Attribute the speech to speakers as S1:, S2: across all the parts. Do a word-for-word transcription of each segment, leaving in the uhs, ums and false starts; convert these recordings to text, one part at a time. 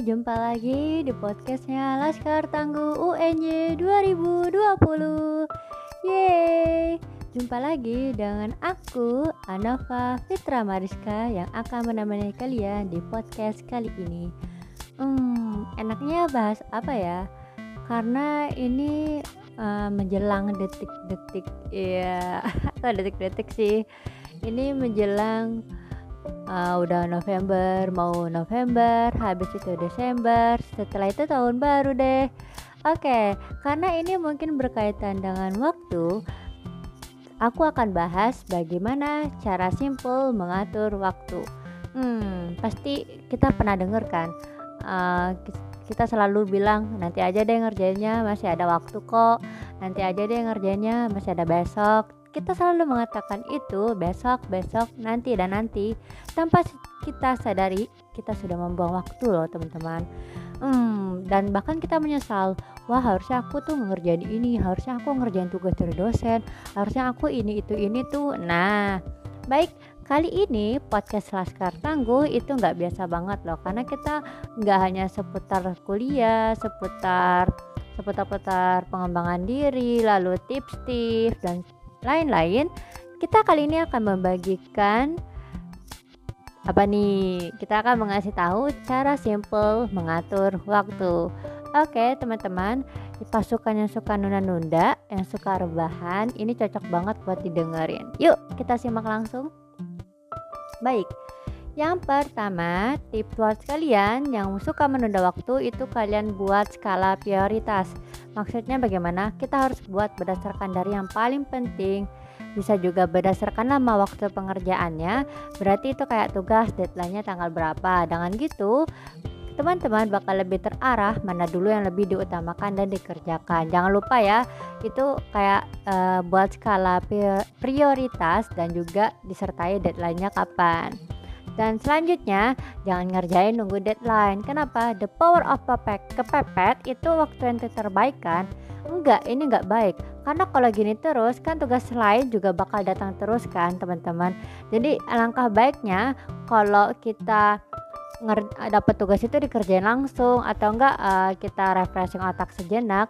S1: jumpa lagi di podcastnya Laskar Tangguh U N Y dua ribu dua puluh. Yeay, jumpa lagi dengan aku, Anova Fitra Mariska, yang akan menemani kalian di podcast kali ini. Hmm, enaknya bahas apa ya? Karena ini uh, menjelang detik-detik, ya, yeah. detik-detik sih. Ini menjelang Uh, udah November, mau November, habis itu Desember, setelah itu tahun baru deh. Oke, okay, karena ini mungkin berkaitan dengan waktu, aku akan bahas bagaimana cara simple mengatur waktu. Hmm, pasti kita pernah dengar kan, uh, kita selalu bilang nanti aja deh ngerjainnya, masih ada waktu kok, nanti aja deh ngerjainnya, masih ada besok. Kita selalu mengatakan itu besok, besok, nanti, dan nanti. Tanpa kita sadari, kita sudah membuang waktu loh teman-teman. Hmm, dan bahkan kita menyesal, wah harusnya aku tuh ngerjain ini, harusnya aku ngerjain tugas dari dosen, harusnya aku ini, itu, ini tuh. Nah, baik, kali ini podcast Laskar Tangguh itu gak biasa banget loh. Karena kita gak hanya seputar kuliah, seputar seputar-putar pengembangan diri, lalu tips-tips, dan lain-lain. Kita kali ini akan membagikan apa nih? Kita akan mengasih tahu cara simple mengatur waktu. Oke, teman-teman, pasukan yang suka nunda-nunda, yang suka rebahan, ini cocok banget buat didengerin. Yuk, kita simak langsung. Baik. Yang pertama, tips buat kalian yang suka menunda waktu itu kalian buat skala prioritas. Maksudnya bagaimana? Kita harus buat berdasarkan dari yang paling penting. Bisa juga berdasarkan lama waktu pengerjaannya. Berarti itu kayak tugas deadline-nya tanggal berapa. Dengan gitu, teman-teman bakal lebih terarah mana dulu yang lebih diutamakan dan dikerjakan. Jangan lupa ya, itu kayak uh, buat skala prioritas dan juga disertai deadline-nya kapan. Dan selanjutnya, jangan ngerjain nunggu deadline. Kenapa? The power of pepek, kepepet itu waktu yang terbaik kan? Enggak, ini enggak baik. Karena kalau gini terus kan tugas lain juga bakal datang terus kan teman-teman. Jadi alangkah baiknya kalau kita dapat tugas itu dikerjain langsung, atau enggak uh, kita refreshing otak sejenak.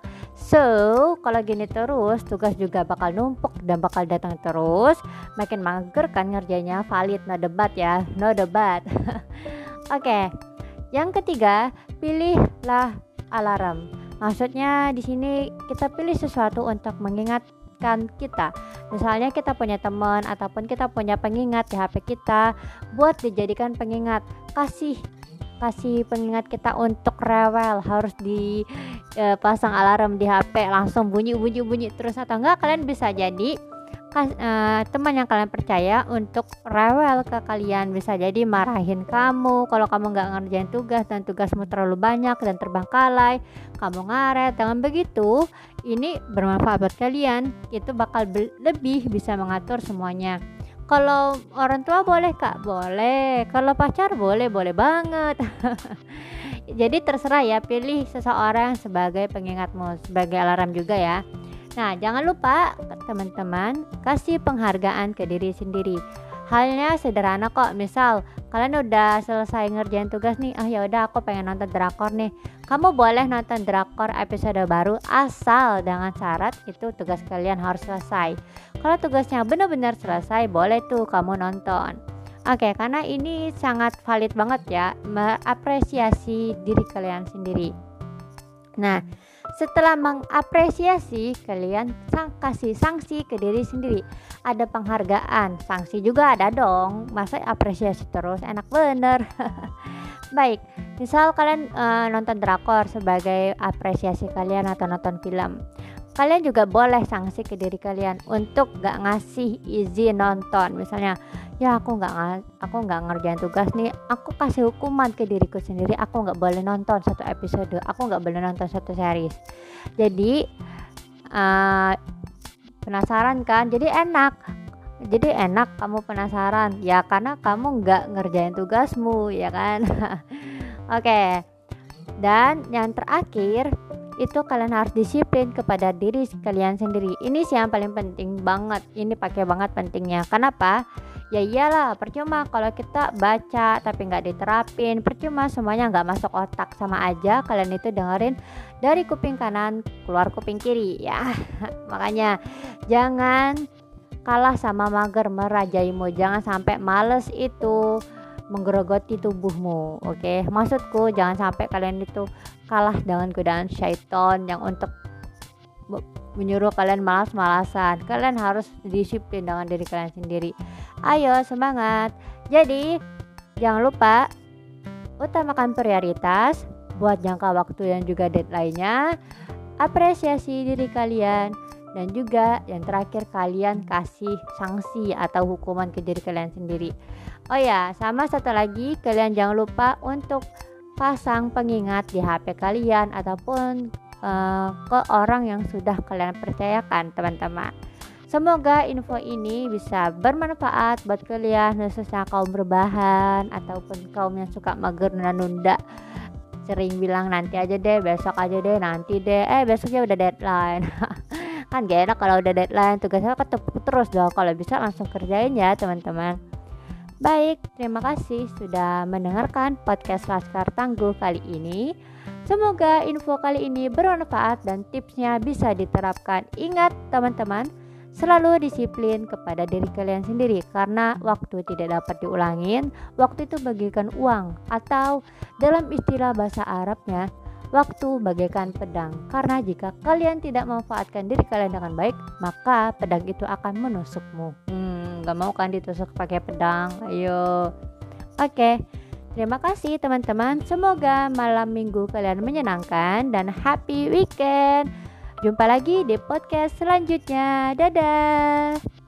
S1: So kalau gini terus tugas juga bakal numpuk dan bakal datang terus, makin mager kan ngerjainnya. Valid, no debat ya, no debat. Oke, okay. Yang ketiga, pilihlah alarm. Maksudnya di sini kita pilih sesuatu untuk mengingat kita. Misalnya kita punya teman ataupun kita punya pengingat di H P kita, buat dijadikan pengingat. Kasih kasih pengingat kita untuk rewel, harus dipasang alarm di H P, langsung bunyi-bunyi-bunyi terus. Atau enggak, kalian bisa jadi kas, uh, teman yang kalian percaya untuk rewel ke kalian. Bisa jadi marahin kamu kalau kamu nggak ngerjain tugas dan tugasmu terlalu banyak dan terbengkalai, kamu ngaret. Dengan begitu, ini bermanfaat buat kalian. Itu bakal be- lebih bisa mengatur semuanya. Kalau orang tua boleh kak? Boleh. Kalau pacar boleh, boleh banget. Jadi terserah ya, pilih seseorang sebagai pengingatmu, sebagai alarm juga ya. Nah, jangan lupa teman-teman kasih penghargaan ke diri sendiri. Halnya sederhana kok. Misal kalian udah selesai ngerjain tugas nih, ah ya udah aku pengen nonton drakor nih. Kamu boleh nonton drakor episode baru asal dengan syarat itu tugas kalian harus selesai. Kalau tugasnya benar-benar selesai, boleh tuh kamu nonton. Oke, karena ini sangat valid banget ya, mengapresiasi diri kalian sendiri. Nah, setelah mengapresiasi, kalian sang, kasih sanksi ke diri sendiri. Ada penghargaan, sanksi juga ada dong. Masa apresiasi terus, enak bener. Baik, misal kalian uh, nonton drakor sebagai apresiasi kalian atau nonton film. Kalian juga boleh sanksi ke diri kalian untuk gak ngasih izin nonton. Misalnya, ya aku gak, aku gak ngerjain tugas nih, aku kasih hukuman ke diriku sendiri, aku gak boleh nonton satu episode, aku gak boleh nonton satu series. Jadi uh, penasaran kan? Jadi enak Jadi enak kamu penasaran ya, karena kamu gak ngerjain tugasmu, ya kan? Oke okay. Dan yang terakhir, itu kalian harus disiplin kepada diri kalian sendiri. Ini sih yang paling penting banget. Ini pakai banget pentingnya. Kenapa? Ya iyalah, percuma kalau kita baca tapi nggak diterapin, percuma, semuanya nggak masuk otak. Sama aja kalian itu dengerin dari kuping kanan keluar kuping kiri ya. Makanya jangan kalah sama mager merajaimu, jangan sampai males itu menggerogoti tubuhmu. Oke, maksudku jangan sampai kalian itu kalah dengan godaan syaitan yang untuk menyuruh kalian malas-malasan. Kalian harus disiplin dengan diri kalian sendiri. Ayo semangat. Jadi jangan lupa utamakan prioritas, buat jangka waktu dan juga deadline-nya, apresiasi diri kalian, dan juga yang terakhir kalian kasih sanksi atau hukuman ke diri kalian sendiri. Oh ya, sama satu lagi, kalian jangan lupa untuk pasang pengingat di H P kalian ataupun Uh, ke orang yang sudah kalian percayakan, teman-teman. Semoga info ini bisa bermanfaat buat kalian, khususnya kaum berbahan ataupun kaum yang suka mager dan nunda, sering bilang nanti aja deh, besok aja deh, nanti deh, eh besoknya udah deadline. Kan gak enak kalau udah deadline, tugasnya ketepuk terus dong. Kalau bisa langsung kerjain ya teman-teman. Baik, terima kasih sudah mendengarkan podcast Laskar Tangguh kali ini. Semoga info kali ini bermanfaat dan tipsnya bisa diterapkan. Ingat teman-teman, selalu disiplin kepada diri kalian sendiri, karena waktu tidak dapat diulangin. Waktu itu bagaikan uang, atau dalam istilah bahasa Arabnya, waktu bagaikan pedang. Karena jika kalian tidak memanfaatkan diri kalian dengan baik, maka pedang itu akan menusukmu. Hmm, gak mau kan ditusuk pakai pedang? Ayo. Oke. Okay. Terima kasih teman-teman. Semoga malam minggu kalian menyenangkan dan happy weekend. Jumpa lagi di podcast selanjutnya. Dadah.